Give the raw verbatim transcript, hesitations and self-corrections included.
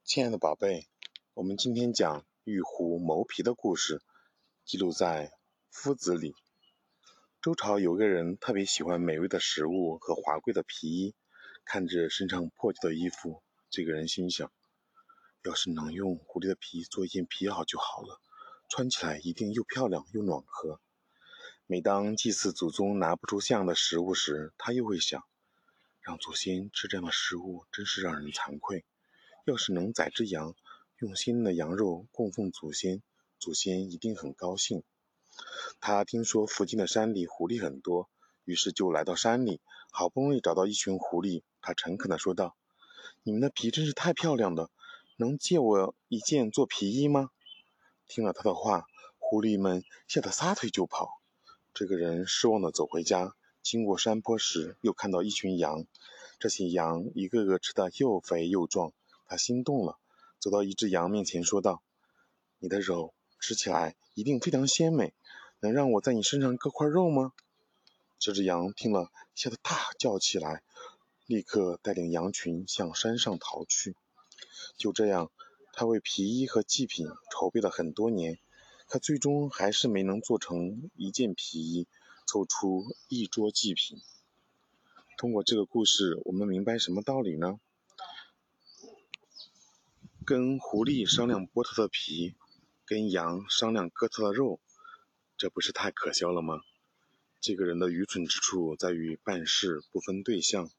亲爱的宝贝，我们今天讲玉狐谋皮的故事，记录在《夫子》里。周朝有个人特别喜欢美味的食物和华贵的皮衣，看着身上破旧的衣服，这个人心想，要是能用狐狸的皮做一件皮袄就好了，穿起来一定又漂亮又暖和。每当祭祀祖宗拿不出像样的食物时，他又会想，让祖先吃这样的食物真是让人惭愧。要是能宰只羊，用鲜嫩的羊肉供奉祖先，祖先一定很高兴。他听说附近的山里狐狸很多，于是就来到山里，好不容易找到一群狐狸。他诚恳地说道，你们的皮真是太漂亮了，能借我一件做皮衣吗？听了他的话，狐狸们吓得撒腿就跑。这个人失望地走回家，经过山坡时又看到一群羊，这些羊一个个吃得又肥又壮，他心动了，走到一只羊面前说道，你的肉吃起来一定非常鲜美，能让我在你身上割块肉吗？这只羊听了吓得大叫起来，立刻带领羊群向山上逃去。就这样，他为皮衣和祭品筹备了很多年，可最终还是没能做成一件皮衣，凑出一桌祭品。通过这个故事，我们明白什么道理呢？跟狐狸商量剥它的皮，跟羊商量割它的肉，这不是太可笑了吗？这个人的愚蠢之处在于办事不分对象，